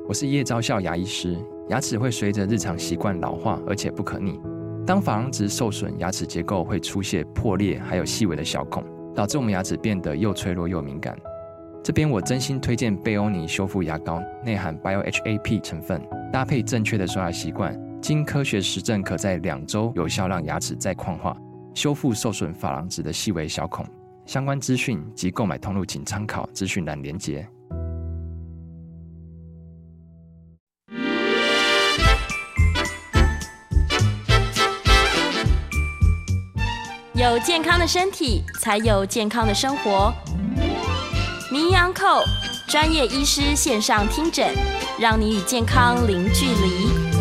我是叶昭孝牙医师。牙齿会随着日常习惯老化，而且不可逆。当珐琅质受损，牙齿结构会出现破裂，还有细微的小孔，导致我们牙齿变得又脆弱又敏感。这边我真心推荐贝欧尼修复牙膏，内含 BioHAP 成分，搭配正确的刷牙习惯，经科学实证可在2周有效让牙齿再矿化，修复受损珐琅质的细微小孔。相关资讯及购买通路请参考资讯栏连结。 有健康的身体，才有健康的生活。名医昂扣专业医师线上听诊，让你与健康零距离。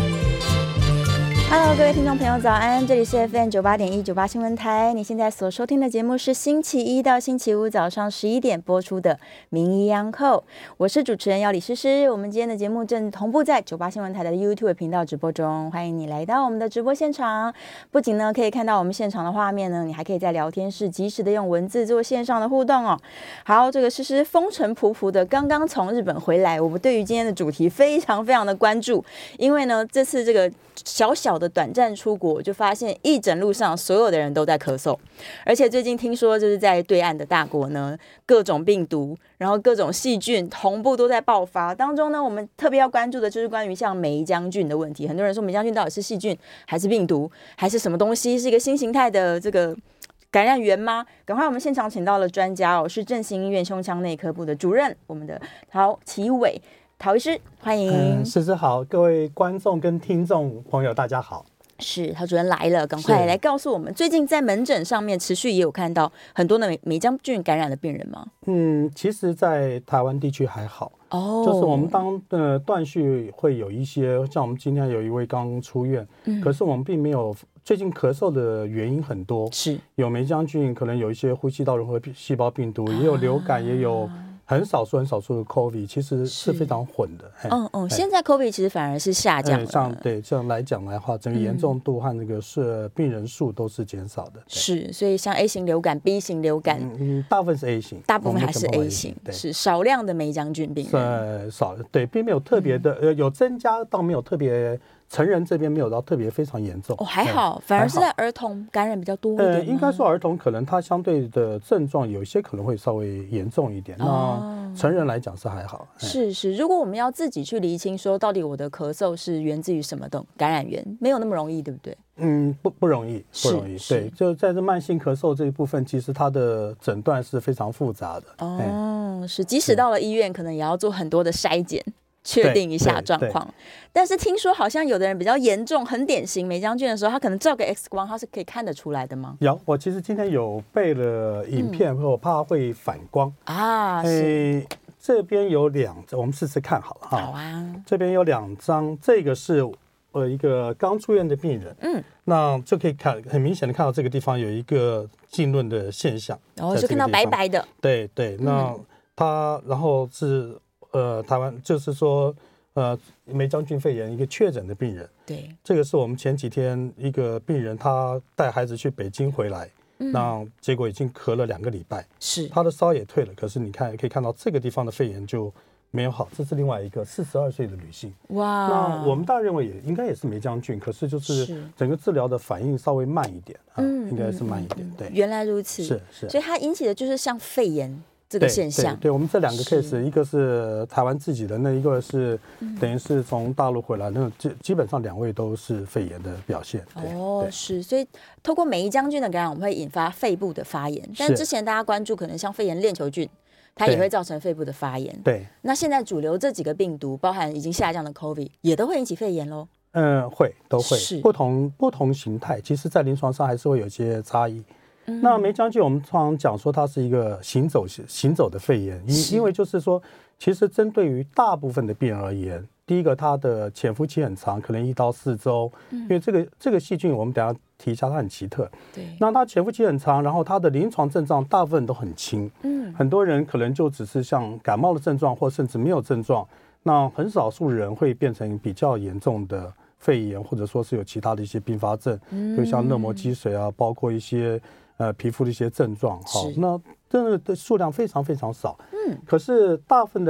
Hello， 各位听众朋友，早安！这里是 FM98.1 98新闻台。你现在所收听的节目是星期一到星期五早上11点播出的《名医央叩》，我是主持人要李诗诗。我们今天的节目正同步在98新闻台的 YouTube 频道直播中，欢迎你来到我们的直播现场。不仅呢可以看到我们现场的画面呢，你还可以在聊天室及时的用文字做线上的互动哦。好，这个诗诗风尘仆仆的刚刚从日本回来，我们对于今天的主题非常非常的关注，因为呢这次这个小小的短暂出国，就发现一整路上所有的人都在咳嗽，而且最近听说就是在对岸的大国呢，各种病毒，然后各种细菌同步都在爆发当中呢。我们特别要关注的就是关于像梅将军的问题。很多人说梅将军到底是细菌还是病毒还是什么东西，是一个新形态的这个感染源吗？赶快，我们现场请到了专家哦，是振兴医院胸腔内科部的主任，我们的陶启伟陶医师，欢迎。 诗诗好，各位观众跟听众朋友大家好。 是，陶主任来了，赶快来告诉我们，最近在门诊上面持续也有看到很多的梅将军感染的病人吗？ 其实在台湾地区还好就是我们断续会有一些，像我们今天有一位刚出院，可是我们并没有。最近咳嗽的原因很多，是有梅将军，可能有一些呼吸道融合细胞病毒，也有流感，也有很少数的 COVID， 其实是非常混的。 现在 COVID 其实反而是下降了。 这样来讲的话，整个严重度和那个病人数都是减少的。 是，所以像 A 型流感、B 型流感， 大部分是 A 型， 大部分还是 A 型，是少量的梅将军病人。 少，对，并没有特别的，有增加，倒没有特别。成人这边没有到特别非常严重还好，反而是在儿童感染比较多一点。 应该说儿童可能他相对的症状有一些可能会稍微严重一点，那成人来讲是还好。 是，如果我们要自己去厘清说到底我的咳嗽是源自于什么的感染源，没有那么容易，对不对？ 不容易。对，就在这慢性咳嗽这一部分，其实它的诊断是非常复杂的。 是，即使到了医院，可能也要做很多的筛检。确定一下状况，但是听说好像有的人比较严重，很典型梅将军的时候，他可能照个 X 光，他是可以看得出来的吗？ 有，我其实今天有备了影片，我怕会反光这边有2张，我们试试看好了哈。 好啊， 这边有2张，这个是一个刚出院的病人，那就可以很明显的看到这个地方有一个浸润的现象， 就看到白白的。 对，那他然后是。台湾就是说，梅将军肺炎一个确诊的病人， 对， 这个是我们前几天一个病人，他带孩子去北京回来，那结果已经咳了2个礼拜， 是他的烧也退了，可是你看可以看到这个地方的肺炎就没有好，这是另外一个42岁的女性， 哇， 那我们大家认为应该也是梅将军，可是就是整个治疗的反应稍微慢一点应该是慢一点，对， 原来如此， 是， 所以它引起的就是像肺炎。这个现象， 对，我们这2个 case， 一个是台湾自己的，那一个是等于是从大陆回来，那基本上2位都是肺炎的表现。 是，所以透过梅将军的感染，我们会引发肺部的发炎。但之前大家关注可能像肺炎链球菌，它也会造成肺部的发炎。 对， 那现在主流这几个病毒，包含已经下降的 COVID， 也都会引起肺炎喽。 都会，不同形态，其实在临床上还是会有一些差异。那梅将军我们常常讲说它是一个行走的肺炎，因为就是说其实针对于大部分的病人而言，第一个它的潜伏期很长，可能1到4周，因为这个细菌我们等一下提一下它很奇特， 对， 那它潜伏期很长，然后它的临床症状大部分都很轻，很多人可能就只是像感冒的症状或甚至没有症状，那很少数人会变成比较严重的肺炎，或者说是有其他的一些并发症，就像热膜积水啊，包括一些皮肤的一些症状。好，那真的数量非常非常少。可是大部分的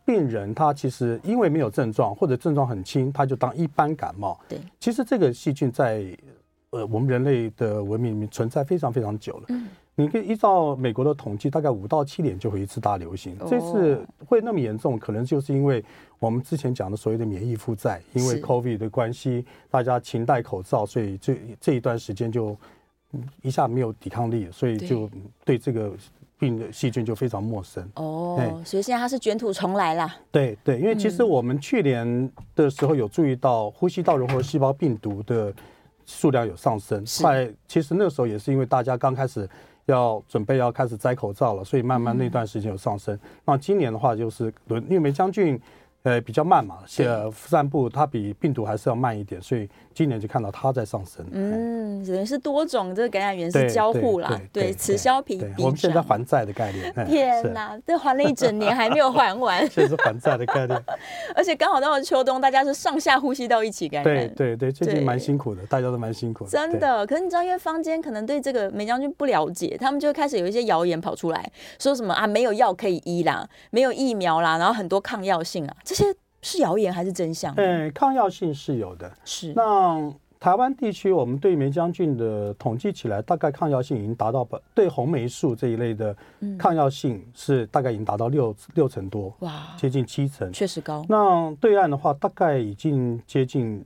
病人他其实因为没有症状或者症状很轻，他就当一般感冒。 对， 其实这个细菌在我们人类的文明里面存在非常非常久了。你可以依照美国的统计，大概5到7年就会一次大流行。这次会那么严重，可能就是因为我们之前讲的所谓的免疫负债，因为 COVID 的关系，大家勤戴口罩，所以这一段时间就一下没有抵抗力，所以就对这个病的细菌就非常陌生。 所以现在它是卷土重来啦。 对，因为其实我们去年的时候有注意到呼吸道融合细胞病毒的数量有上升，其实那个时候也是因为大家刚开始准备要开始摘口罩了，所以慢慢那段时间有上升。那今年的话，就是因为梅将军比较慢嘛，散布它比病毒还是要慢一点，所以今年就看到它在上升。 等于是多种这个感染源是交互啦，对，此消彼长。 我们现在还债的概念。 天哪，这还了一整年还没有还完， 这是还债的概念。 而且刚好到了秋冬，大家是上下呼吸道一起感染。 对，最近蛮辛苦的，大家都蛮辛苦的。 真的，可是你知道，因为坊间可能对这个梅将军不了解，他们就会开始有一些谣言跑出来，说什么啊没有药可以医啦，没有疫苗啦，然后很多抗药性啊，这些是谣言还是真相？ 抗药性是有的。 是。 那台湾地区，我们对梅将军的统计起来，大概抗药性已经达到对红霉素这一类的抗药性是大概已经达到6成多，哇，接近7成， 确实高。 那对岸的话，大概已经接近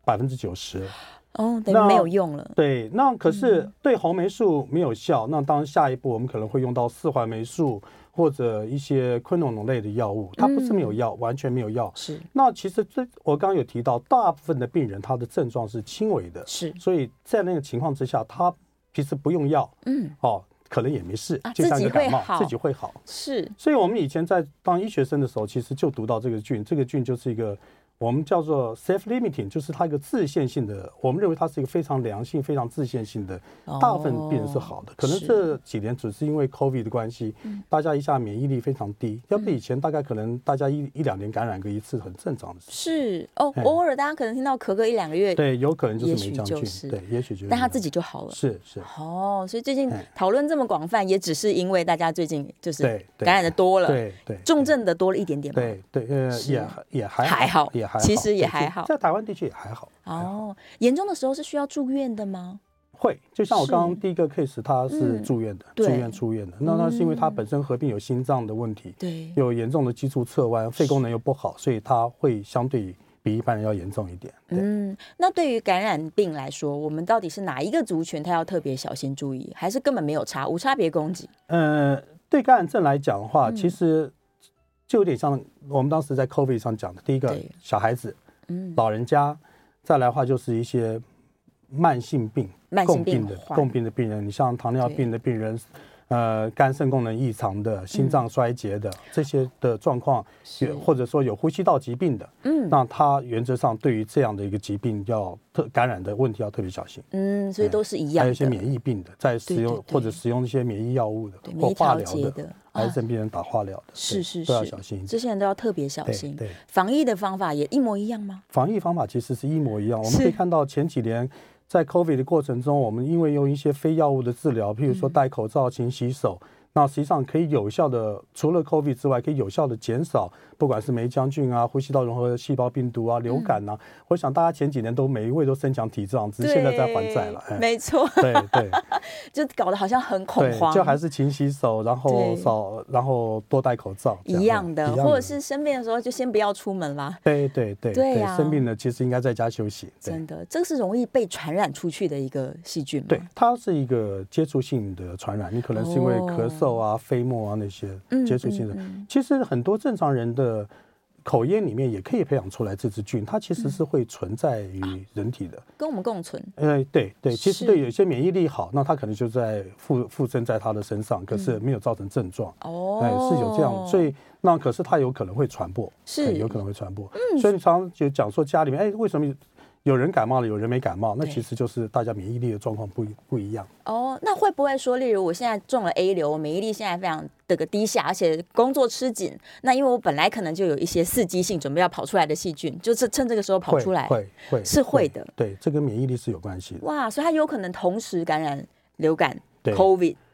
90%。 等于没有用了。 对，那可是对红霉素没有效，那当然下一步我们可能会用到4环霉素或者一些昆农农类的药物，它不是没有药，完全没有药。 是。 那其实我刚刚有提到，大部分的病人他的症状是轻微的， 是。 所以在那个情况之下，他其实不用药，可能也没事，就像一个感冒，自己会好。 是。 所以我们以前在当医学生的时候，其实就读到这个菌，这个菌就是一个我们叫做 self-limiting， 就是它一个自限性的，我们认为它是一个非常良性、非常自限性的，大部分病人是好的。可能这几年只是因为 COVID 的关系，大家一下免疫力非常低，要不以前大概可能大家一两年感染个一次很正常的事。 是偶尔大家可能听到咳个1-2个月， 对，有可能就是梅将军，对，也许就是， 但他自己就好了。 是。 所以最近讨论这么广泛，也只是因为大家最近就是感染的多了， 对， 重症的多了一点点嘛。 对，也还好， 其实也还好， 在台湾地区也还好。 严重的时候是需要住院的吗？ 会，就像我刚刚第一个 case， 他是住院的，出院的。那是因为他本身合并有心脏的问题， 对， 有严重的脊柱侧弯，肺功能又不好，所以他会相对比一般人要严重一点。 那对于感染病来说，我们到底是哪一个族群他要特别小心注意，还是根本没有差，无差别攻击？ 对感染症来讲的话，其实就有点像我们当时在 COVID 上讲的，第一个小孩子、老人家，再来的话就是一些慢性病共病的病人，你像糖尿病的病人，肝肾功能异常的、心脏衰竭的这些的状况，或者说有呼吸道疾病的，那他原则上对于这样的一个疾病感染的问题要特别小心。 所以都是一样的。 还有一些免疫病的，在使用或者使用一些免疫药物的或化疗的，癌症病人打化疗的， 是都要小心一点。 这些人都要特别小心。 对， 防疫的方法也一模一样吗？ 防疫方法其实是一模一样。我们可以看到前几年在 COVID 的过程中，我们因为用一些非药物的治疗，譬如说戴口罩、勤洗手，那实际上可以有效的，除了 COVID 之外，可以有效的减少不管是梅将军啊、呼吸道融合细胞病毒啊、流感啊。我想大家前几年每一位都身强体壮，只是现在在还债了。 没错， 对， 就搞得好像很恐慌。 就还是勤洗手，然后多戴口罩， 一样的，或者是生病的时候就先不要出门啦。 对，生病了其实应该在家休息。 真的，这是容易被传染出去的一个细菌吗？ 对，它是一个接触性的传染，你可能是因为咳嗽啊、飞沫啊那些接触性的。其实很多正常人的口咽里面也可以培养出来这支菌，它其实是会存在于人体的， 跟我们共存。 对，其实对有些免疫力好，那它可能就在附身在他的身上，可是没有造成症状。是有这样，所以那可是它有可能会传播，有可能会传播。所以你常常就讲说家里面，为什么有人感冒了，有人没感冒？那其实就是大家免疫力的状况不一样。 那会不会说，例如我现在中了 A 流，我免疫力现在非常的低下，而且工作吃紧，那因为我本来可能就有一些伺机性准备要跑出来的细菌，就是趁这个时候跑出来，会的。 对，这跟免疫力是有关系的。 哇，所以它有可能同时感染流感、COVID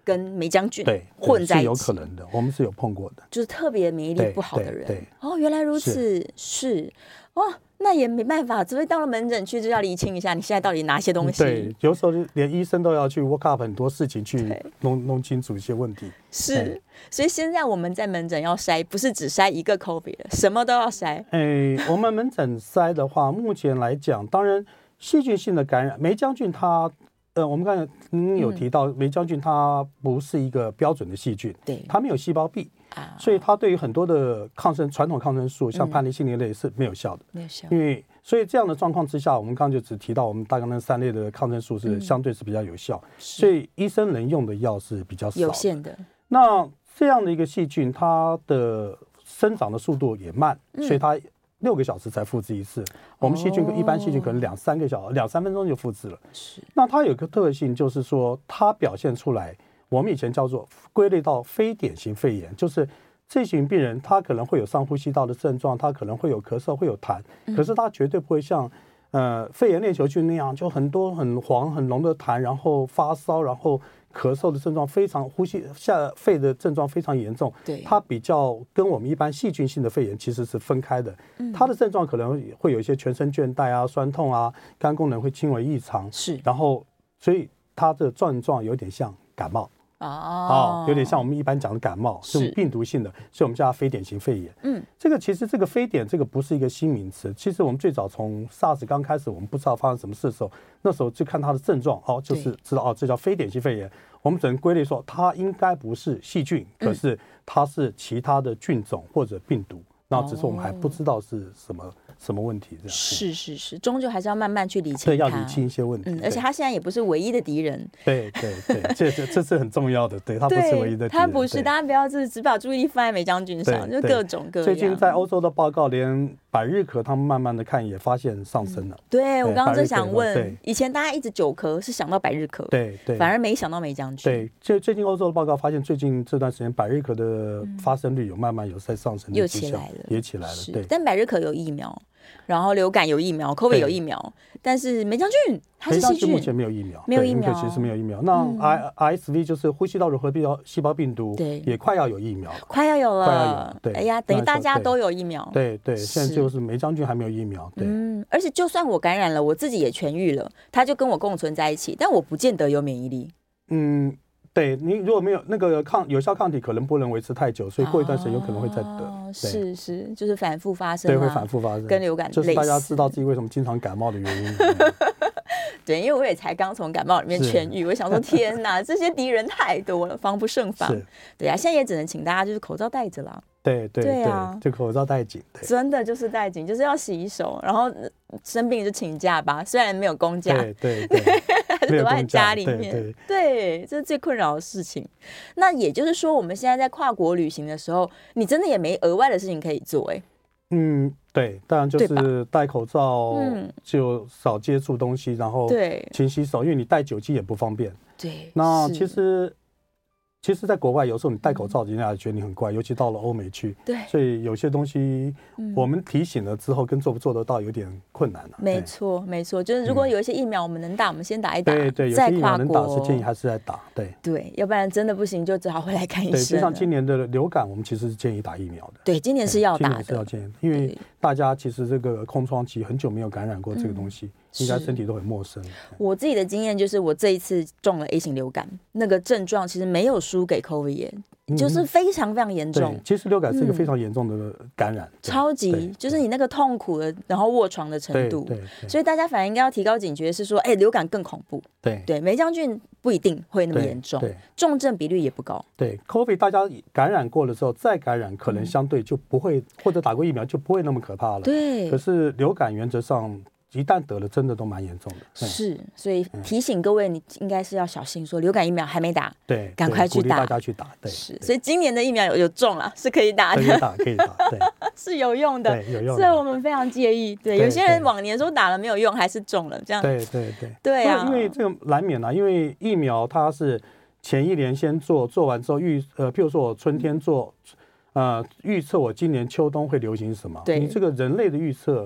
跟霉浆菌对混在一起， 是有可能的，我们是有碰过的， 就是特别免疫力不好的人。 对， 哦，原来如此，是哇，那也没办法，所以到了门诊去就要厘清一下你现在到底哪些东西。 对，有时候连医生都要去 work up 很多事情去弄清楚一些问题。 是，所以现在我们在门诊要筛，不是只筛一个 COVID 了，什么都要筛。 我们门诊筛的话，目前来讲，当然细菌性的感染，霉浆菌它。我们刚才您有提到霉浆菌，它不是一个标准的细菌， 对， 它没有细胞壁，所以它对于很多的传统抗生素，像盘尼西林类是没有效的， 没有效。 因为所以这样的状况之下，我们刚刚就只提到我们大概那3类的抗生素是相对是比较有效，所以医生能用的药是比较少有限的。 那这样的一个细菌，它的生长的速度也慢，所以它6个小时才复制一次，我们细菌一般细菌可能2-3个小时，2-3分钟就复制了。 是， 那它有个特性，就是说它表现出来，我们以前叫做归类到非典型肺炎，就是这群病人他可能会有上呼吸道的症状，他可能会有咳嗽，会有痰，可是他绝对不会像肺炎链球菌那样，就很多很黄很浓的痰，然后发烧，然后咳嗽的症状非常，呼吸下肺的症状非常严重。 对， 它比较跟我们一般细菌性的肺炎其实是分开的。它的症状可能会有一些全身倦怠啊、酸痛啊、肝功能会轻微异常。 是， 然后所以它的症状有点像感冒。有点像我们一般讲的感冒，这种病毒性的，所以我们叫它非典型肺炎。这个其实这个非典这个不是一个新名词，其实我们最早从 SARS 刚开始，我们不知道发生什么事的时候，那时候就看它的症状，就是知道这叫非典型肺炎。我们只能归类说它应该不是细菌，可是它是其他的菌种或者病毒，那只是我们还不知道是什么问题这样。 是，终究还是要慢慢去理清它。 对，要理清一些问题。 而且他现在也不是唯一的敌人。 对，这是很重要的。对，他不是唯一的敌人。 他不是，大家不要只把注意力放在霉浆菌上，就各种各样。 最近在欧洲的报告，连百日咳他们慢慢的看也发现上升了。 对，我刚刚就想问，以前大家一直久咳是想到百日咳， 对， 反而没想到霉浆菌。 对，最近欧洲的报告发现，最近这段时间百日咳的发生率慢慢有在上升的迹象，也起来了。对， 但百日咳有疫苗。然后流感有疫苗 ，COVID 有疫苗，但是霉浆菌它是细菌， 目前没有疫苗， 没有疫苗， 其实没有疫苗。那 RSV 就是呼吸道融合细胞病毒， 对， 也快要有疫苗， 快要有了， 对， 哎呀，等于大家都有疫苗， 对，现在就是霉浆菌还没有疫苗，对， 而且就算我感染了，我自己也痊愈了，它就跟我共存在一起，但我不见得有免疫力， 对，你如果没有那个有效抗体，可能不能维持太久，所以过一段时间有可能会再得。 是，就是反复发生， 对，会反复发生， 跟流感类似， 就是大家知道自己为什么经常感冒的原因。 对，因为我也才刚从感冒里面痊愈，我想说天哪，这些敌人太多了，防不胜防。对啊，现在也只能请大家就是口罩戴着啦。 对啊，就口罩戴紧， 真的就是戴紧，就是要洗手，然后生病就请假吧，虽然没有公假， 对， 还是躲在家里面，对，这是最困扰的事情。那也就是说，我们现在在跨国旅行的时候，你真的也没额外的事情可以做， 对，当然就是戴口罩，就少接触东西，然后勤洗手，因为你带酒精也不方便。 对， 那其实，在国外有时候你戴口罩，人家也觉得你很怪，尤其到了欧美去。 对， 所以有些东西我们提醒了之后，跟做不做得到有点困难了。 没错，就是如果有一些疫苗我们能打，我们先打一打。 对，有些疫苗能打是建议还是在打。 对，要不然真的不行，就只好回来看医生。 对，就像今年的流感，我们其实是建议打疫苗的。 对，今年是要打的， 今年是要建议，因为大家其实这个空窗期很久没有感染过这个东西。应该身体都很陌生。 我自己的经验就是，我这一次中了 A 型流感，那个症状其实没有输给 COVID 炎，就是非常非常严重。 其实流感是一个非常严重的感染， 超级就是你那个痛苦的，然后卧床的程度。所以大家反而应该要提高警觉，是说，流感更恐怖。对，霉浆菌不一定会那么严重，重症比率也不高。 对 ，COVID 大家感染过了之后再感染，可能相对就不会，或者打过疫苗就不会那么可怕了。 对， 可是流感原则上，一旦得了，真的都蛮严重的。 是，所以提醒各位，你应该是要小心，说流感疫苗还没打， 对， 赶快去打， 鼓励大家去打。对， 是，所以今年的疫苗有中了，是可以打的， 可以打，对， 是有用的， 有用的。 所以我们非常介意。对，有些人往年说打了没有用，还是中了，这样。对啊， 因为这个难免啊，因为疫苗它是前一年先做完之后譬如说我春天做，预测我今年秋冬会流行什么？你这个人类的预测。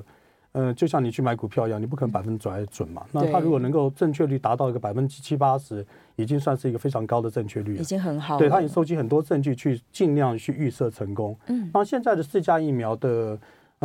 就像你去买股票一样，你不可能100%准嘛。那它如果能够正确率达到一个70%、80%，已经算是一个非常高的正确率了， 已经很好了。 对，它已经收集很多证据去尽量去预测成功。那现在的4价疫苗的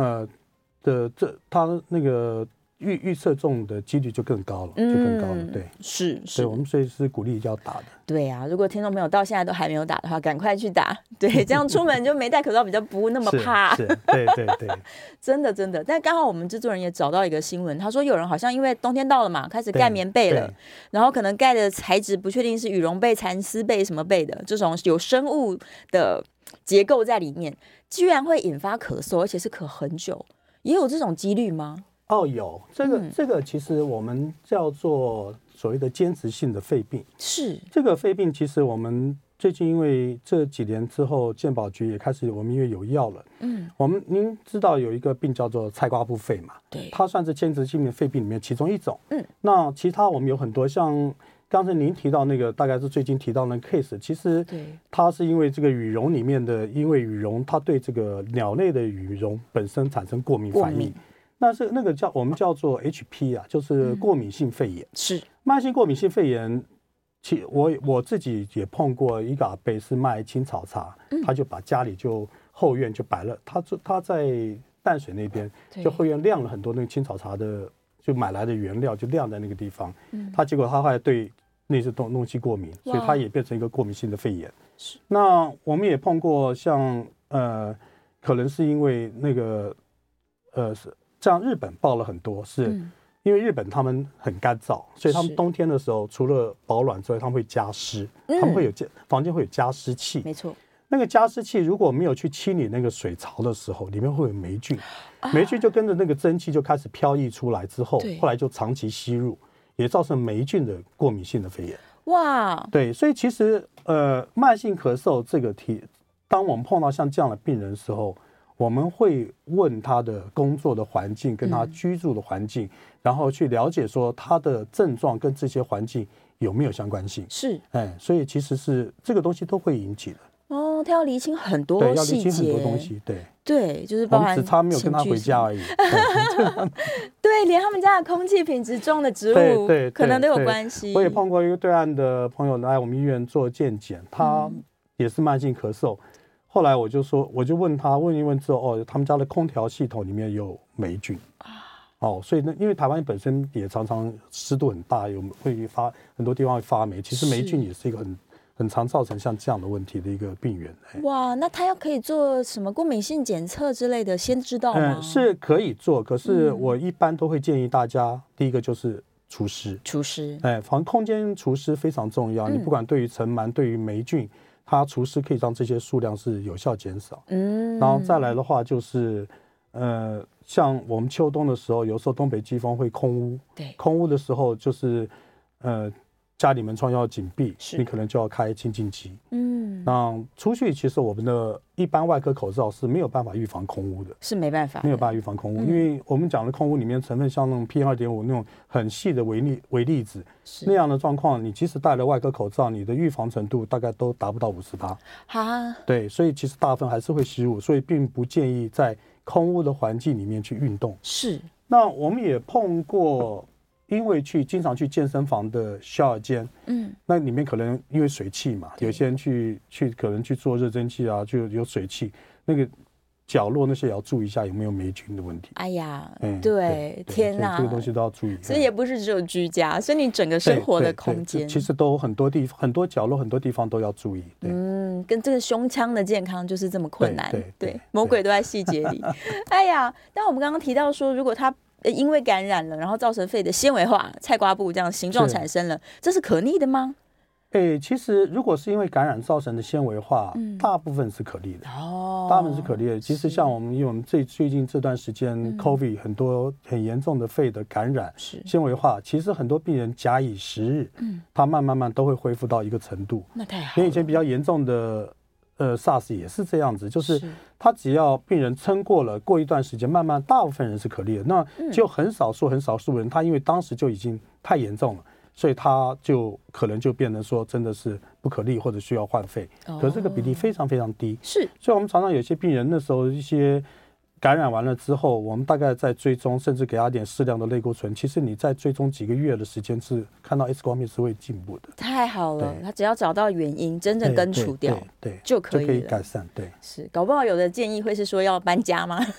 它那个预测中的几率就更高了，对， 是， 所以我们所以是鼓励要打的。 对啊，如果听众朋友到现在都还没有打的话，赶快去打。对，这样出门就没戴口罩，比较不那么怕。 是，对， 真的。但刚好我们制作人也找到一个新闻，他说有人好像因为冬天到了嘛，开始盖棉被了，然后可能盖的材质不确定是羽绒被、蚕丝被什么被的，这种有生物的结构在里面，居然会引发咳嗽，而且是咳很久，也有这种几率吗？ 有这个其实我们叫做所谓的间质性的肺病。 是这个肺病，其实我们最近因为这几年之后，健保局也开始我们因为有药了。您知道有一个病叫做菜瓜布肺嘛？ 对， 它算是间质性的肺病里面其中一种。那其他我们有很多像刚才您提到那个，大概是最近提到那个 case， 其实它是因为这个羽绒里面的，因为羽绒它对这个鸟类的羽绒本身产生过敏反应。那是那个我们叫做 HP 啊，就是过敏性肺炎。是慢性过敏性肺炎，我自己也碰过一个阿伯是卖青草茶，他就把家里就后院就摆了，他在淡水那边就后院晾了很多那个青草茶的，就买来的原料就晾在那个地方，结果他后来对那些东西过敏，所以他也变成一个过敏性的肺炎。那我们也碰过像可能是因为那个像日本报了很多，是因为日本他们很干燥，所以他们冬天的时候除了保暖之外，他们会加湿，他们会有房间会有加湿器。 没错， 那个加湿器如果没有去清理那个水槽的时候，里面会有霉菌，霉菌就跟着那个蒸汽就开始飘逸出来，之后后来就长期吸入，也造成霉菌的过敏性的肺炎。哇，对，所以其实慢性咳嗽这个当我们碰到像这样的病人的时候，我们会问他的工作的环境跟他居住的环境，然后去了解说他的症状跟这些环境有没有相关性。是，所以其实是这个东西都会引起的。哦，他要厘清很多细节，要厘清很多东西。对，就是包含我们只差没有跟他回家而已。对，连他们家的空气品质、种的植物，可能都有关系。我也碰过一个对岸的朋友来我们医院做健检，他也是慢性咳嗽。后来我就问他，问一问之后，他们家的空调系统里面有霉菌所以因为台湾本身也常常湿度很大，会很多地方会发霉，其实霉菌也是一个很常造成像这样的问题的一个病源。哇，那他可以做什么过敏性检测之类的，先知道吗？是可以做，可是我一般都会建议大家，第一个就是除湿，防空间除湿非常重要。你不管对于尘螨，对于霉菌，它除湿可以让这些数量是有效减少。然后再来的话就是，像我们秋冬的时候，有时候东北季风会空污，空污的时候就是家里门窗要紧闭，你可能就要开清净机。那出去其实我们的一般外科口罩是没有办法预防空污的，是没办法预防空污，因为我们讲的空污里面成分像那种 PM2.5 那种很细的微粒子，那样的状况，你即使戴了外科口罩，你的预防程度大概都达不到50%。对，所以其实大部分还是会吸入，所以并不建议在空污的环境里面去运动。是，那我们也碰过。因为经常去健身房的shower间，那里面可能因为水汽嘛，有些人去可能去做热蒸汽啊，就有水汽，那个角落那些也要注意一下有没有霉菌的问题。哎呀，对，天哪，这个东西都要注意。所以也不是只有居家，所以你整个生活的空间，其实都很多角落很多地方都要注意。跟这个胸腔的健康就是这么困难。对，魔鬼都在细节里。哎呀，但我们刚刚提到说，如果他因为感染了，然后造成肺的纤维化、菜瓜布这样形状产生了，这是可逆的吗？其实如果是因为感染造成的纤维化，大部分是可逆的。大部分是可逆的。其实像因为我们最近这段时间 COVID 很多很严重的肺的感染，纤维化，其实很多病人假以时日，他慢慢都会恢复到一个程度。那太好了。因为以前比较严重的SARS 也是这样子，就是他只要病人撑过一段时间，慢慢大部分人是可逆的，那就很少数人，他因为当时就已经太严重了，所以他就可能就变成说真的是不可逆或者需要换肺。可是这个比例非常非常低。是，所以我们常常有些病人那时候一些感染完了之后，我们大概在追踪，甚至给他点适量的类固醇。其实你在追踪几个月的时间，是看到 X 光片是会进步的。 太好了，他只要找到原因，真正根除掉， 对， 就可以改善。对， 是搞不好有的建议会是说要搬家吗？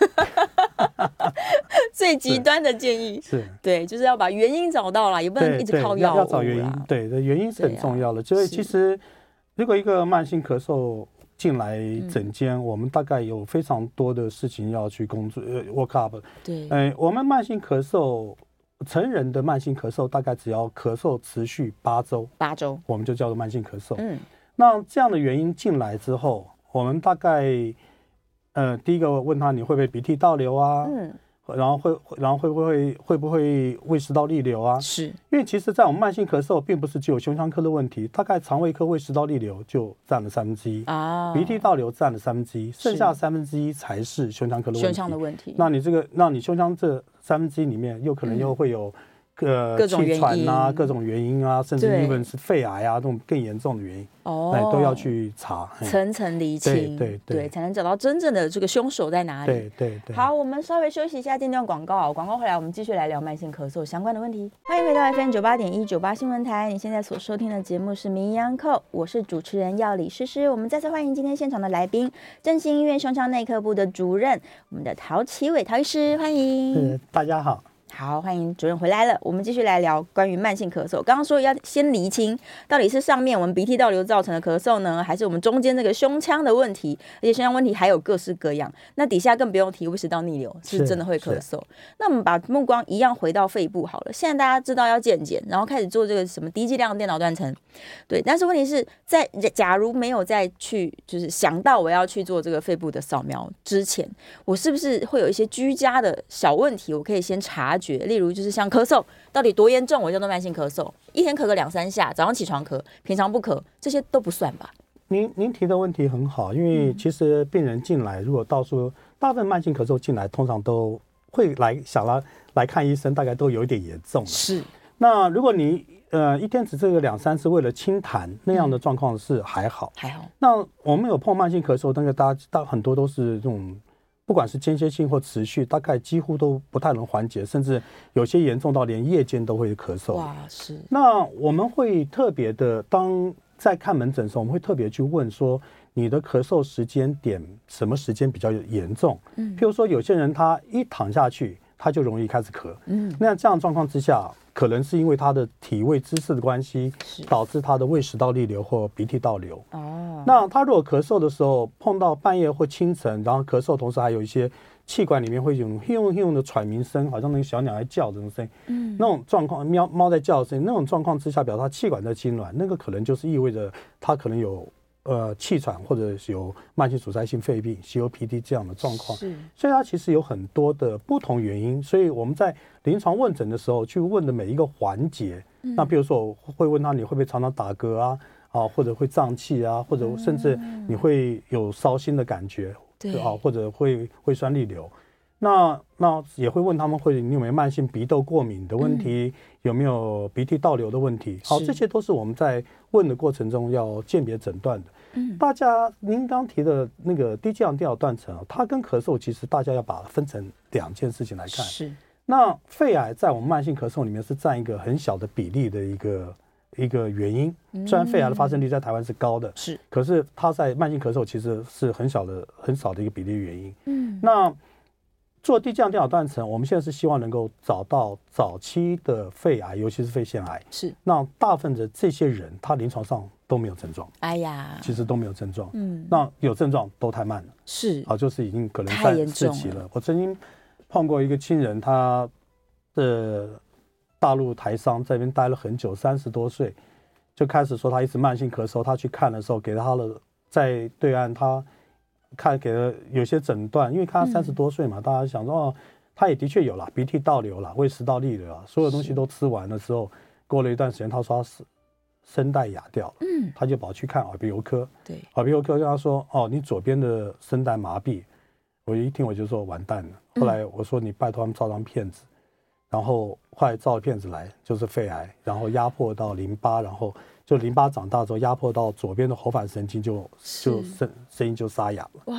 最极端的建议是， 对，就是要把原因找到了，也不能一直靠药物。 要找原因，对，原因是很重要的。所以其实如果一个慢性咳嗽进来诊间，我们大概有非常多的事情要去工作work up。 对， 我们慢性咳嗽，成人的慢性咳嗽大概只要咳嗽持续8周，我们就叫做慢性咳嗽。那这样的原因进来之后，我们大概第一个问他你会不会鼻涕倒流啊？然后会不会胃食道逆流啊？ 是因为其实，在我们慢性咳嗽，并不是只有胸腔科的问题，大概肠胃科胃食道逆流就占了1/3啊，鼻涕倒流占了1/3，剩下1/3才是胸腔科的问题。那你胸腔这1/3里面，又可能又会有气喘啊，各种原因啊，甚至even是肺癌啊，这种更严重的原因。都要去查， 层层厘清，对，才能找到真正的这个凶手在哪里。 对。 好，我们稍微休息一下，间段广告。广告回来，我们继续来聊慢性咳嗽相关的问题。欢迎回到 FM 98.1 98新闻台，你现在所收听的节目是名医央叩，我是主持人药理诗诗。我们再次欢迎今天现场的来宾，振兴医院胸腔内科部的主任，我们的陶启伟陶医师，欢迎。 大家好。 好，欢迎主任回来了。我们继续来聊关于慢性咳嗽。刚刚说要先厘清，到底是上面我们鼻涕倒流造成的咳嗽呢，还是我们中间这个胸腔的问题？而且胸腔问题还有各式各样。那底下更不用提胃食道逆流，是真的会咳嗽。那我们把目光一样回到肺部好了。现在大家知道要健检，然后开始做这个什么低剂量电脑断层，对。但是问题是在假如没有再去就是想到我要去做这个肺部的扫描之前，我是不是会有一些居家的小问题，我可以先察觉？例如就是像咳嗽到底多严重，我叫做慢性咳嗽，一天咳个2-3下，早上起床咳，平常不咳，这些都不算吧？ 您提的问题很好，因为其实病人进来，如果大部分慢性咳嗽进来，通常都会想来看医生，大概都有一点严重了。 是。那如果你一天只这个2-3次为了清痰那样的状况是还好。那我们有碰慢性咳嗽，那个大家很多都是这种。不管是间歇性或持续，大概几乎都不太能缓解，甚至有些严重到连夜间都会咳嗽。 哇，是。那我们会特别的，当在看门诊的时候，我们会特别去问说，你的咳嗽时间点什么时间比较严重？譬如说有些人他一躺下去，他就容易开始咳。那这样的状况之下，可能是因为他的体位姿势的关系，导致他的胃食道逆流或鼻涕倒流。那他如果咳嗽的时候碰到半夜或清晨，然后咳嗽，同时还有一些气管里面会有用的喘鸣声，好像那个小鸟在叫这种声音，那种状况，猫在叫的声音，那种状况之下，表示他气管在痉挛，那个可能就是意味着他可能有气喘或者有慢性阻塞性肺病 COPD 这样的状况。所以它其实有很多的不同原因，所以我们在临床问诊的时候去问的每一个环节，那比如说我会问他你会不会常常打嗝啊，或者会胀气啊，或者甚至你会有烧心的感觉，或者会胃酸逆流。那也会问他们你有没有慢性鼻窦过敏的问题，有没有鼻涕倒流的问题。好，这些都是我们在问的过程中要鉴别诊断的。您刚提的那个低剂量电脑断层，它跟咳嗽其实大家要把它分成2件事情来看。那肺癌在我们慢性咳嗽里面是占一个很小的比例的一个原因。虽然肺癌的发生率在台湾是高的，可是它在慢性咳嗽其实是很少的一个比例原因。那做低剂量电脑断层，我们现在是希望能够找到早期的肺癌，尤其是肺腺癌。那大部分的这些人，他临床上都没有症状。其实都没有症状。那有症状都太慢了。就是已经可能在4期了。我曾经碰过一个亲人，他的大陆台商在那边待了很久，30多岁就开始说他一直慢性咳嗽。他去看的时候，给他了在对岸他。给了有些诊断，因为他30多岁嘛，大家想说他也的确有了鼻涕倒流了，胃食道逆流了，所有东西都吃完了之后，过了一段时间，他说他声带哑掉了，他就跑去看耳鼻喉科，耳鼻喉科跟他说你左边的声带麻痹，我一听我就说完蛋了。后来我说你拜托他们照张片子，然后后来照了片子来就是肺癌，然后压迫到淋巴，然后就淋巴长大之后压迫到左边的喉返神经，就声音就沙哑了。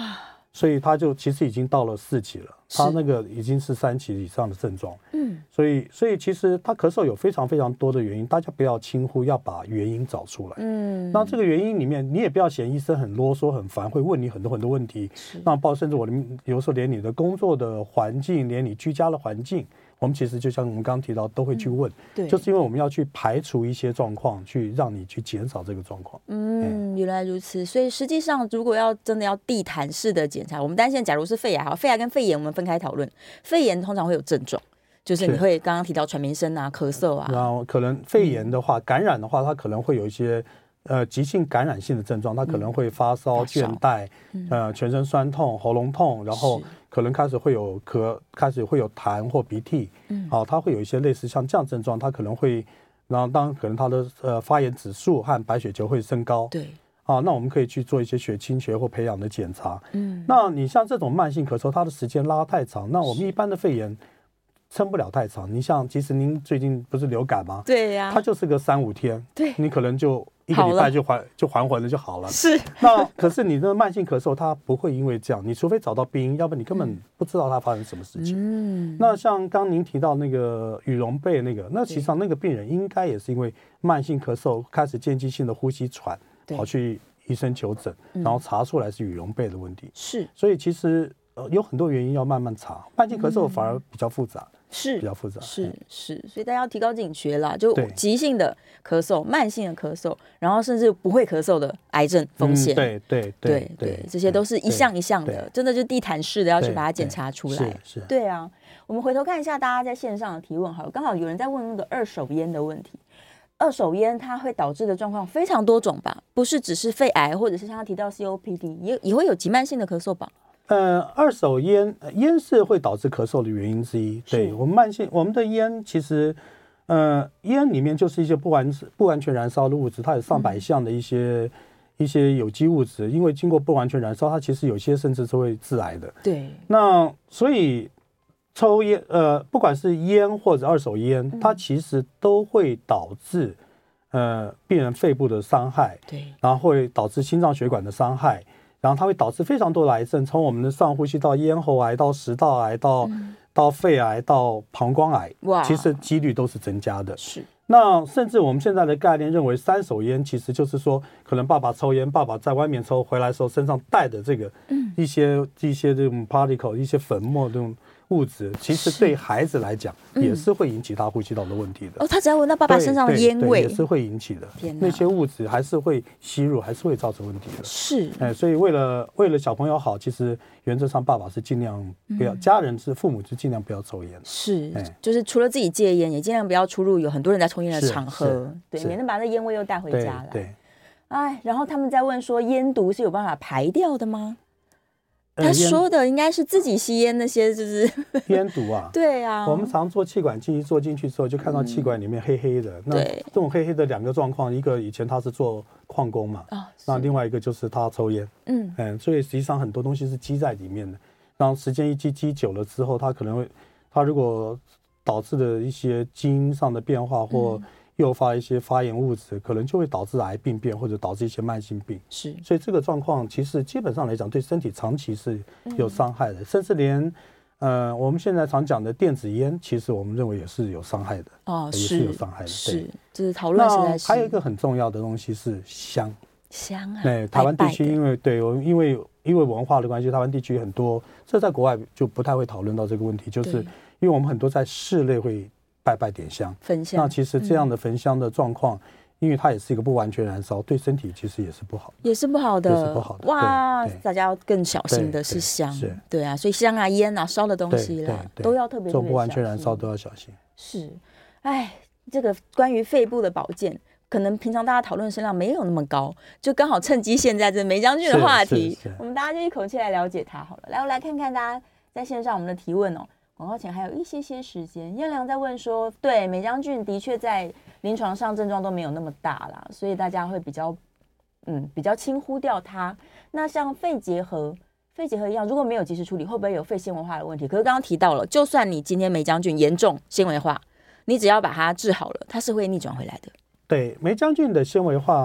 所以他就其实已经到了4期了，他那个已经是3期以上的症状。所以其实他咳嗽有非常非常多的原因，大家不要轻忽，要把原因找出来。那这个原因里面，你也不要嫌医生很啰嗦很烦，会问你很多很多问题。那甚至有时候连你的工作的环境，连你居家的环境，我们其实就像我们刚刚提到，都会去问，就是因为我们要去排除一些状况，去让你去减少这个状况。 原来如此。所以实际上，如果真的要地毯式的检查，我们担心，假如是肺癌，好，肺癌跟肺炎我们分开讨论。肺炎通常会有症状，就是你会刚刚提到喘鸣声啊、咳嗽啊， 然后可能肺炎的话，感染的话，它可能会有一些急性感染性的症状，它可能会发烧、倦怠，全身酸痛、喉咙痛，然后可能开始会有痰或鼻涕，它会有一些类似像这样症状，它可能会，然后可能它的发炎指数和白血球会升高， 对， 那我们可以去做一些血清学或培养的检查。那你像这种慢性咳嗽，它的时间拉太长，那我们一般的肺炎撑不了太长。你像，其实您最近不是流感吗？ 对呀， 它就是个3-5天， 对， 你可能就1个礼拜就还魂了就好了。 是。 那可是你的慢性咳嗽，它不会因为这样，你除非找到病因，要不然你根本不知道它发生什么事情。那像刚您提到那个羽绒被那其实上那个病人应该也是因为慢性咳嗽开始间歇性的呼吸喘，跑去医生求诊，然后查出来是羽绒被的问题。 是。 所以其实有很多原因要慢慢查，慢性咳嗽反而比较复杂。比较复杂， 是，所以大家要提高警觉啦，就急性的咳嗽、慢性的咳嗽，然后甚至不会咳嗽的癌症风险，对，这些都是一项一项的，真的就地毯式的要去把它检查出来。 是， 对啊。我们回头看一下大家在线上的提问，好了，刚好有人在问那个二手烟的问题。二手烟它会导致的状况非常多种吧，不是只是肺癌，或者是像他提到 COPD， 也会有急慢性的咳嗽吧。 二手烟是会导致咳嗽的原因之一。对，我们的烟其实，烟里面就是一些不完全燃烧的物质，它有上百项的一些有机物质，因为经过不完全燃烧，它其实有些甚至是会致癌的。 对。 那所以抽烟，不管是烟或者二手烟，它其实都会导致病人肺部的伤害， 对， 然后会导致心脏血管的伤害。然后它会导致非常多的癌症，从我们的上呼吸道咽喉癌到食道癌到肺癌到膀胱癌，其实几率都是增加的。是。那甚至我们现在的概念认为，3手烟其实就是说，可能爸爸抽烟，爸爸在外面抽，回来的时候身上带的这个一些这种 particle 一些粉末这种物质，其实对孩子来讲也是会引起他呼吸道的问题的。 他只要闻到爸爸身上的烟味， 也是会引起的。那些物质还是会吸入，还是会造成问题的。 是。 所以为了小朋友好，其实原则上爸爸是尽量不要，家人父母是尽量不要抽烟。 是。就是除了自己戒烟，也尽量不要出入有很多人在抽烟的场合，对，免得把那烟味又带回家来。 对。 然后他们在问说，烟毒是有办法排掉的吗？他说的应该是自己吸烟那些，就是烟毒啊。 对啊， 我们常做气管镜，做进去之后就看到气管里面黑黑的。那这种黑黑的2个状况，一个以前他是做矿工嘛，那另外一个就是他抽烟。所以实际上很多东西是积在里面的。然后时间一积久了之后，他如果导致的一些基因上的变化或诱发一些发炎物质，可能就会导致癌病变或者导致一些慢性病。 是， 所以这个状况其实基本上来讲，对身体长期是有伤害的，甚至连我们现在常讲的电子烟，其实我们认为也是有伤害的。也是有伤害的。 是，这是讨论实在是。 还有一个很重要的东西是香啊。 对，台湾地区因为文化的关系，台湾地区很多，这在国外就不太会讨论到这个问题，就是因为我们很多在室内会拜点香， 焚香。 那其实这样的焚香的状况，因为它也是一个不完全燃烧，对身体其实也是不好， 也是不好的。哇，大家要更小心的是香，对啊，所以香啊、烟啊、烧的东西啦，都要特别做不完全燃烧都要小心。 是，这个关于肺部的保健，可能平常大家讨论声量没有那么高，就刚好趁机现在这梅将军的话题，我们大家就一口气来了解它好了。来，我来看看大家在线上我们的提问哦。广告前还有一些时间，燕良在问说，对，梅将军的确在临床上症状都没有那么大啦，所以大家会比较轻忽掉它。那像肺结核一样，如果没有及时处理，会不会有肺纤维化的问题？可是刚刚提到了，就算你今天梅将军严重纤维化，你只要把它治好了，它是会逆转回来的。 对，梅将军的纤维化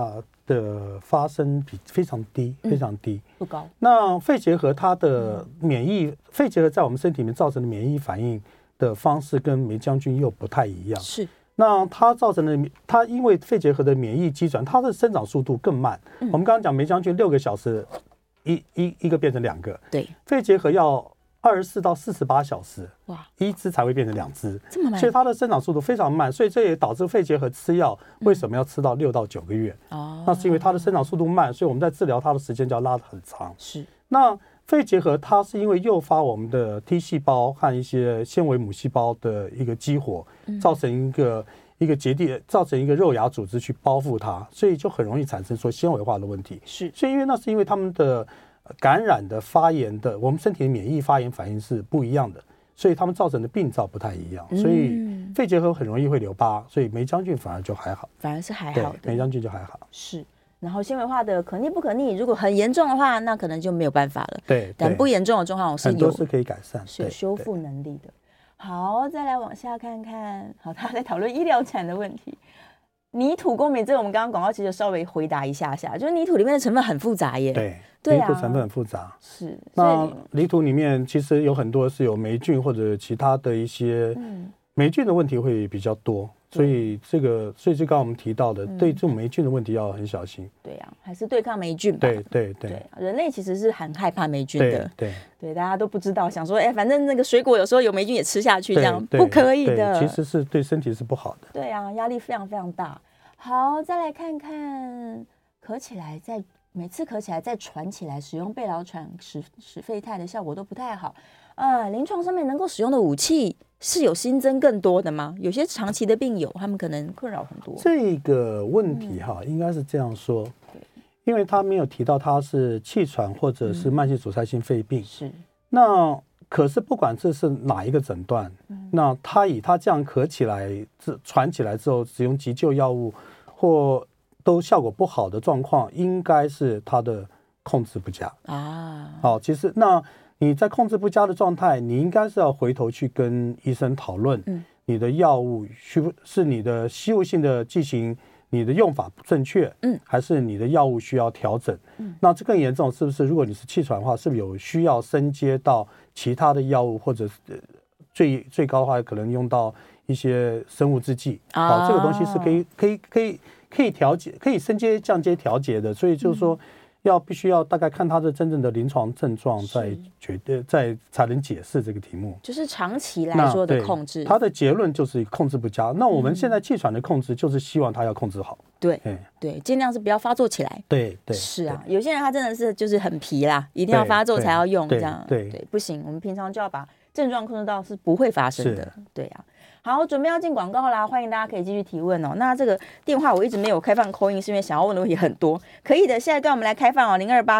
的发生比非常低，非常低， 不高。 那肺结核它的肺结核在我们身体里面造成的免疫反应的方式跟霉浆菌又不太一样。 是。 那它因为肺结核的免疫机转，它的生长速度更慢。我们刚刚讲霉浆菌6个小时一个变成2个， 对， 肺结核要24到48小时， 哇， 一只才会变成2只， 这么慢， 所以它的生长速度非常慢，所以这也导致肺结核吃药为什么要吃到6到9个月？那是因为它的生长速度慢，所以我们在治疗它的时间就要拉得很长。 是， 那肺结核它是因为诱发我们的 T 细胞和一些纤维母细胞的一个激活，造成一个结缔，造成一个肉芽组织去包覆它，所以就很容易产生说纤维化的问题。 是， 所以因为他们的感染的发炎的，我们身体的免疫发炎反应是不一样的，所以他们造成的病灶不太一样，所以肺结核很容易会留疤，所以霉浆菌反而就还好， 反而是还好的， 霉浆菌就还好。 是。然后纤维化的可逆不可逆，如果很严重的话，那可能就没有办法了。 对， 但不严重的状况很多是可以改善， 是有修复能力的。好，再来往下看看。好，他在讨论医疗产的问题。泥土过敏，这个我们刚刚广告其实稍微回答一下，就是泥土里面的成分很复杂耶。 对，泥土成分很复杂。 是。 那泥土里面其实有很多是有霉菌或者其他的一些霉菌的问题会比较多。所以就刚刚我们提到的，对这种霉菌的问题要很小心。 对呀，还是对抗霉菌吧。 对， 人类其实是很害怕霉菌的。对，大家都不知道，想说，反正那个水果有时候有霉菌也吃下去，这样不可以的。 其实是对身体是不好的。 对啊，压力非常非常大。好，再来看看每次咳起来再喘起来，使用贝劳喘使肺肽的效果都不太好。临床上面能够使用的武器是有新增更多的吗？有些长期的病友他们可能困扰很多。 这个问题应该是这样说，因为他没有提到他是气喘或者是慢性阻塞性肺病。 是。 那可是不管这是哪一个诊断，那他以他这样咳起来、喘起来之后，使用急救药物或都效果不好的状况，应该是他的控制不佳啊。好，其实那你在控制不佳的状态，你应该是要回头去跟医生讨论，你的药物是你的吸入性的剂型，你的用法不正确，还是你的药物需要调整？那这更严重，是不是？如果你是气喘的话，是不是有需要升阶到其他的药物，或者最高的话，可能用到一些生物制剂？好，这个东西是可以调节，可以升阶降阶调节的。所以就是说，必须要大概看他的真正的临床症状，才能解释这个题目。 就是长期来说的控制， 他的结论就是控制不佳。那我们现在气喘的控制，就是希望他要控制好。 对，尽量是不要发作起来。 对， 是啊，有些人他真的是就是很皮啦，一定要发作才要用这样。对，不行，我们平常就要把症状控制到是不会发生的。对啊。好，准备要进广告啦，欢迎大家可以继续提问哦。那这个电话我一直没有开放 call in， 是因为想要问的问题很多。可以的，下一段我们来开放哦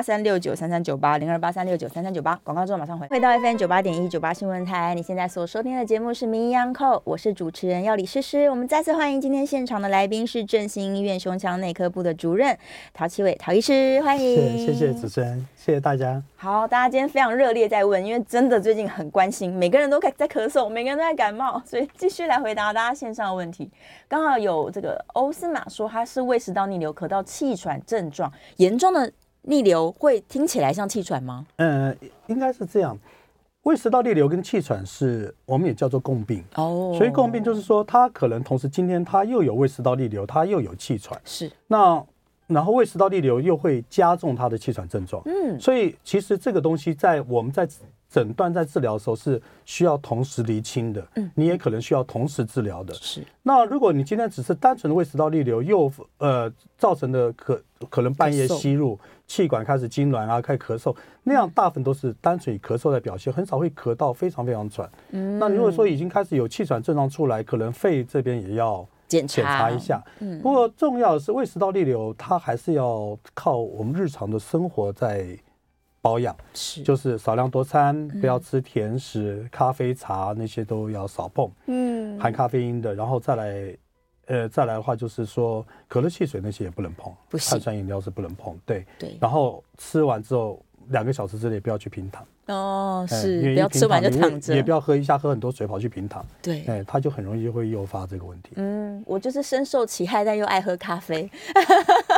，0283693398，0283693398。广告之后马上回到 FM 98.1 98新闻台。你现在所收听的节目是名医央叩，我是主持人药理诗诗。我们再次欢迎今天现场的来宾是振兴医院胸腔内科部的主任陶启伟陶医师，欢迎。 谢谢主持人，谢谢大家。 好，大家今天非常热烈在问，因为真的最近很关心，每个人都在咳嗽，每个人都在感冒，所以继续来回答大家线上的问题。刚好有这个欧斯玛说他是胃食道逆流咳到气喘症状，严重的逆流会听起来像气喘吗？ 应该是这样。胃食道逆流跟气喘是我们也叫做共病哦，所以共病就是说他可能同时今天他又有胃食道逆流，他又有气喘， 是然后胃食道逆流又会加重他的气喘症状，所以其实这个东西我们在诊断在治疗的时候是需要同时厘清的，你也可能需要同时治疗的。 是。 那如果你今天只是单纯的胃食道逆流，又造成的可能半夜吸入，气管开始痉挛啊，开始咳嗽，那样大部分都是单纯以咳嗽来表现，很少会咳到非常非常喘。那如果说已经开始有气喘症状出来，可能肺这边也要检查一下。不过重要的是胃食道逆流，它还是要靠我们日常的生活在保养，就是少量多餐，不要吃甜食、咖啡、茶那些都要少碰，含咖啡因的。然后再来的话就是说，可乐、汽水那些也不能碰，碳酸饮料是不能碰。对。然后吃完之后2个小时之内不要去平躺。 哦，是，不要吃完就躺着， 也不要喝很多水跑去平躺。 对， 它就很容易会诱发这个问题。 我就是深受其害，但又爱喝咖啡。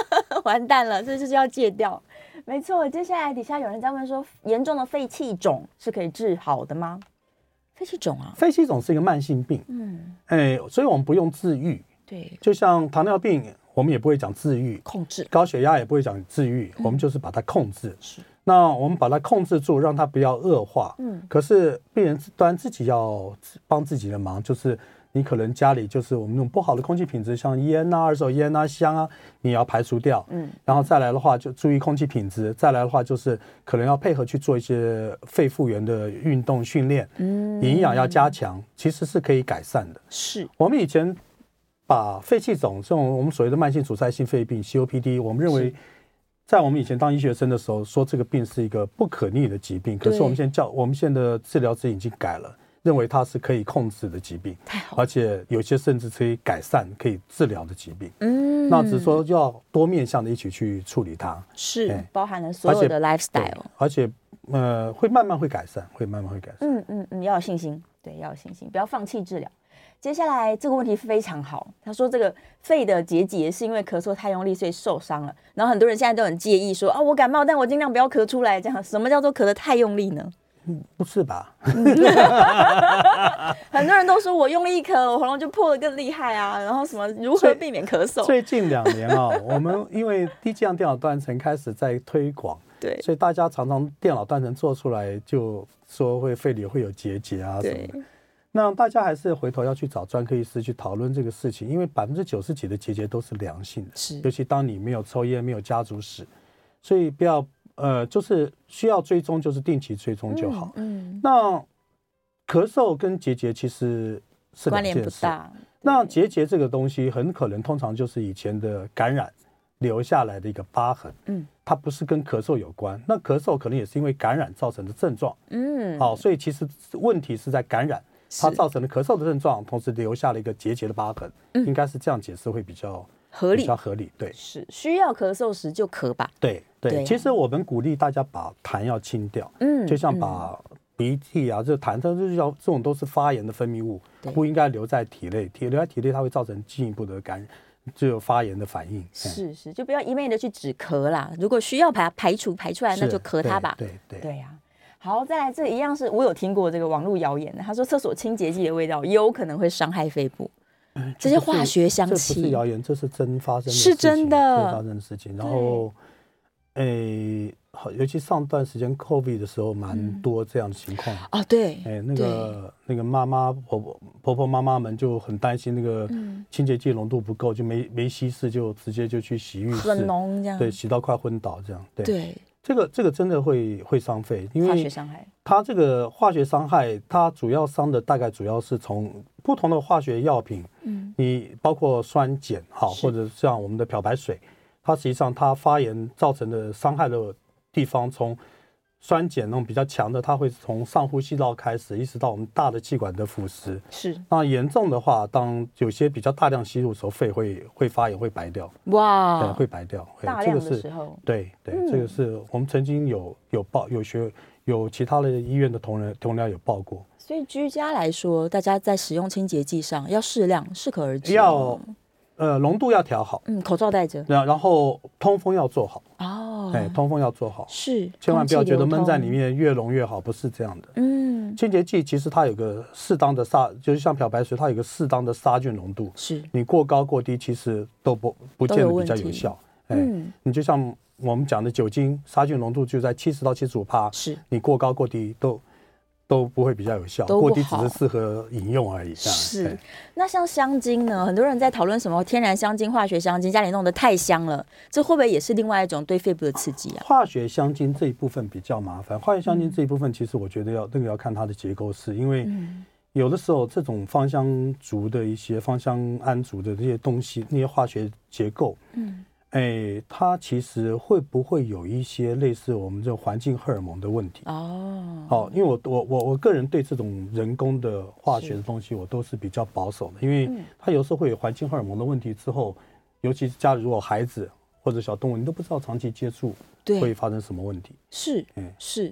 完蛋了，这就是要戒掉。没错，接下来底下有人在问说，严重的肺气肿是可以治好的吗？肺气肿啊， 肺气肿是一个慢性病，所以我们不用治愈。 对， 就像糖尿病，我们也不会讲治愈， 控制高血压也不会讲治愈，我们就是把它控制。是，那我们把它控制住，让它不要恶化。可是病人当然自己要帮自己的忙，就是你可能家里就是我们那种不好的空气品质，像烟啊、二手烟啊、香啊，你要排除掉。然后再来的话就注意空气品质，再来的话就是可能要配合去做一些肺复原的运动训练，营养要加强，其实是可以改善的。 是我们以前把肺气肿这种我们所谓的慢性阻塞性肺病 COPD， 我们认为在我们以前当医学生的时候说这个病是一个不可逆的疾病，可是我们现在的治疗指引已经改了，认为它是可以控制的疾病， 太好， 而且有些甚至可以改善、可以治疗的疾病。那只是说要多面向的一起去处理它， 是包含了所有的 lifestyle， 而且会慢慢会改善，会慢慢会改善。 要有信心，对，要有信心，不要放弃治疗。接下来这个问题非常好，他说这个肺的结节是因为咳嗽太用力所以受伤了，然后很多人现在都很介意说啊，我感冒但我尽量不要咳出来，这样什么叫做咳得太用力呢？ 不是吧？ 很多人都说我用力咳，我喉咙就破得更厉害啊，然后什么如何避免咳嗽？ 最近2年我们因为低剂量电脑断层开始在推广， 对， 所以大家常常电脑断层做出来就说肺里会有结节啊什么的。那大家还是回头要去找专科医师去讨论这个事情，因为90%几的结节都是良性的，是，尤其当你没有抽烟、没有家族史，所以不要就是需要追踪，就是定期追踪就好。那咳嗽跟结节其实是两件事，关联不大。那结节这个东西很可能通常就是以前的感染留下来的一个疤痕，它不是跟咳嗽有关。那咳嗽可能也是因为感染造成的症状，所以其实问题是在感染。它造成了咳嗽的症状，同时留下了一个结节的疤痕，应该是这样解释会比较合理。对， 是需要咳嗽时就咳吧。 对，其实我们鼓励大家把痰要清掉，就像把鼻涕啊，这痰，这种都是发炎的分泌物，不应该留在体内，留在体内它会造成进一步的感染，就有发炎的反应。 是，就不要一昧的去止咳啦，如果需要把它排出来，那就咳它吧。对呀。好，再来这一样是我有听过这个网络谣言，他说厕所清洁剂的味道有可能会伤害肺部，这些化学香气。 这不是谣言，这是真发生的事情，是真的发生的事情。然后，尤其上段时间 COVID 的时候，蛮多这样的情况。 对， 那个婆婆妈妈们就很担心那个清洁剂浓度不够，就没稀释，就直接就去洗浴室， 很浓这样， 对，洗到快昏倒这样。 对。 这个真的会伤肺，因为化学伤害。 它这个化学伤害，它主要伤的大概主要是从不同的化学药品，你包括酸碱或者像我们的漂白水，它实际上它发炎造成的伤害的地方，从酸碱那种比较强的，它会从上呼吸道开始，一直到我们大的气管的腐蚀。 是。 那严重的话，当有些比较大量吸入的时候，肺会发炎，会白掉。 哇！ 对，会白掉。 大量的时候。 对，这个是我们曾经有其他的医院的同僚有报过。 所以居家来说，大家在使用清洁剂上要适量，适可而止。 要浓度要调好， 口罩戴着， 然后通风要做好。通风要做好， 是， 千万不要觉得闷在里面越浓越好，不是这样的。清洁剂其实它有个适当的就是像漂白水，它有个适当的杀菌浓度， 是你过高过低其实都不见得比较有效。你就像我们讲的酒精杀菌浓度就在70到75%， 是你过高过低都不会比较有效，过低只是适合饮用而已。 是，那像香精呢？很多人在讨论什么天然香精、化学香精，家里弄得太香了，这会不会也是另外一种对肺部的刺激啊？ 化学香精这一部分比较麻烦，化学香精这一部分其实我觉得要看它的结构式，因为有的时候这种芳香族的一些芳香胺族的这些东西，那些化学结构，它其实会不会有一些类似我们这种环境荷尔蒙的问题？因为我个人对这种人工的化学的东西，我都是比较保守的，因为它有时候会有环境荷尔蒙的问题之后，尤其是家里如果孩子或者小动物，你都不知道长期接触会发生什么问题。 是，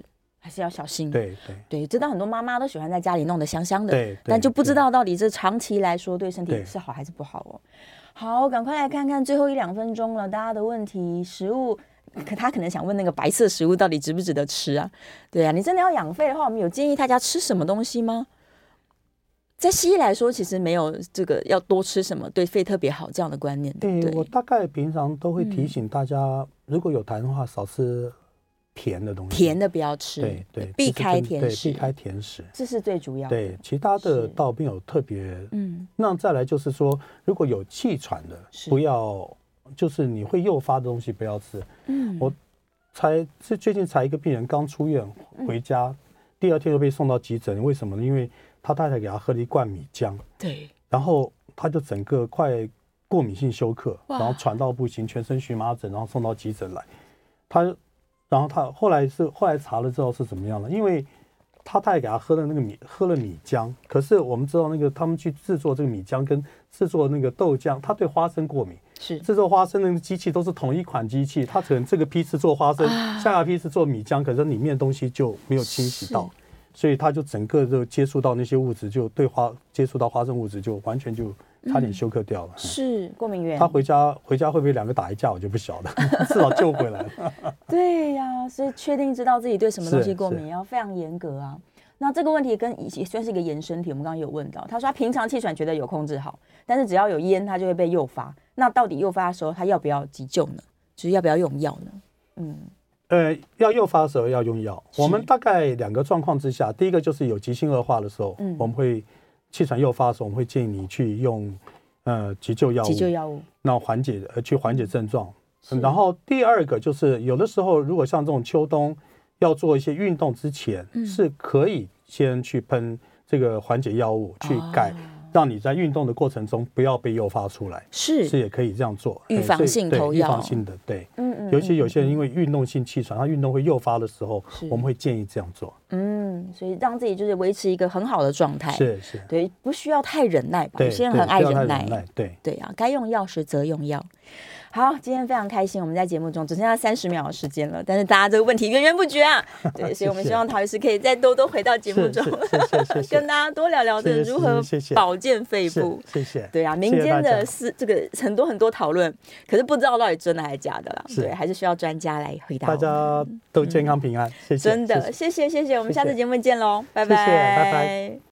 还是要小心。 对， 知道很多妈妈都喜欢在家里弄得香香的， 对， 但就不知道到底这长期来说对身体是好还是不好哦。好，赶快来看看最后1-2分钟了，大家的问题，食物。他可能想问那个白色食物到底值不值得吃啊？对啊，你真的要养肺的话，我们有建议大家吃什么东西吗？在西医来说，其实没有这个要多吃什么对肺特别好这样的观念。对， 我大概平常都会提醒大家，如果有痰的话，少吃甜的东西， 甜的不要吃， 对， 避开甜食， 避开甜食， 这是最主要的。 对，其他的倒没有特别。那再来就是说，如果有气喘的，不要。就是你会诱发的东西不要吃。我最近才一个病人刚出院回家，第2天就被送到急诊。为什么呢？因为他太太给他喝了一罐米浆， 对， 然后他就整个快过敏性休克，然后喘到不行，全身荨麻疹，然后送到急诊来。然后他后来查了之后是怎么样呢？因为他太太给他喝了米浆，可是我们知道那个他们去制作这个米浆跟制作那个豆浆，他对花生过敏。 是制作花生的机器都是同一款机器，它可能这个批次做花生，下一批是做米浆，可是里面的东西就没有清洗到，所以它就整个就接触到那些物质，就对接触到花生物质就完全就差点休克掉了。 是过敏源。 他回家会不会2个打一架，我就不晓得，至少救回来了。 对呀，所以确定知道自己对什么东西过敏要非常严格啊。那这个问题也算是一个延伸题，我们刚刚有问到，他说他平常气喘觉得有控制好，但是只要有烟，他就会被诱发。那到底诱发的时候，他要不要急救呢？就是要不要用药呢？ 要诱发的时候要用药。我们大概2个状况之下，第一个就是有急性恶化的时候，我们会气喘诱发的时候，我们会建议你去用急救药物，那去缓解症状。然后第2个就是有的时候，如果像这种秋冬要做一些运动之前，是可以先去喷这个缓解药物，去让你在运动的过程中不要被诱发出来，是也可以这样做， 预防性投药， 预防性的，对，尤其有些人因为运动性气喘，他运动会诱发的时候，我们会建议这样做， 所以让自己就是维持一个很好的状态， 是， 对，不需要太忍耐吧，有些人很爱忍耐，对啊，该用药时则用药。好，今天非常开心，我们在节目中只剩下30秒的时间了，但是大家这个问题源源不绝啊，对，所以我们希望陶医师可以再多回到节目中，跟大家多聊聊的如何保健肺部。 谢谢。 对啊，民间的这个很多讨论，可是不知道到底真的还是假的啦，对，还是需要专家来回答。 大家都健康平安，谢谢。 真的，谢谢，我们下次节目见喽，拜拜， 谢谢，拜拜。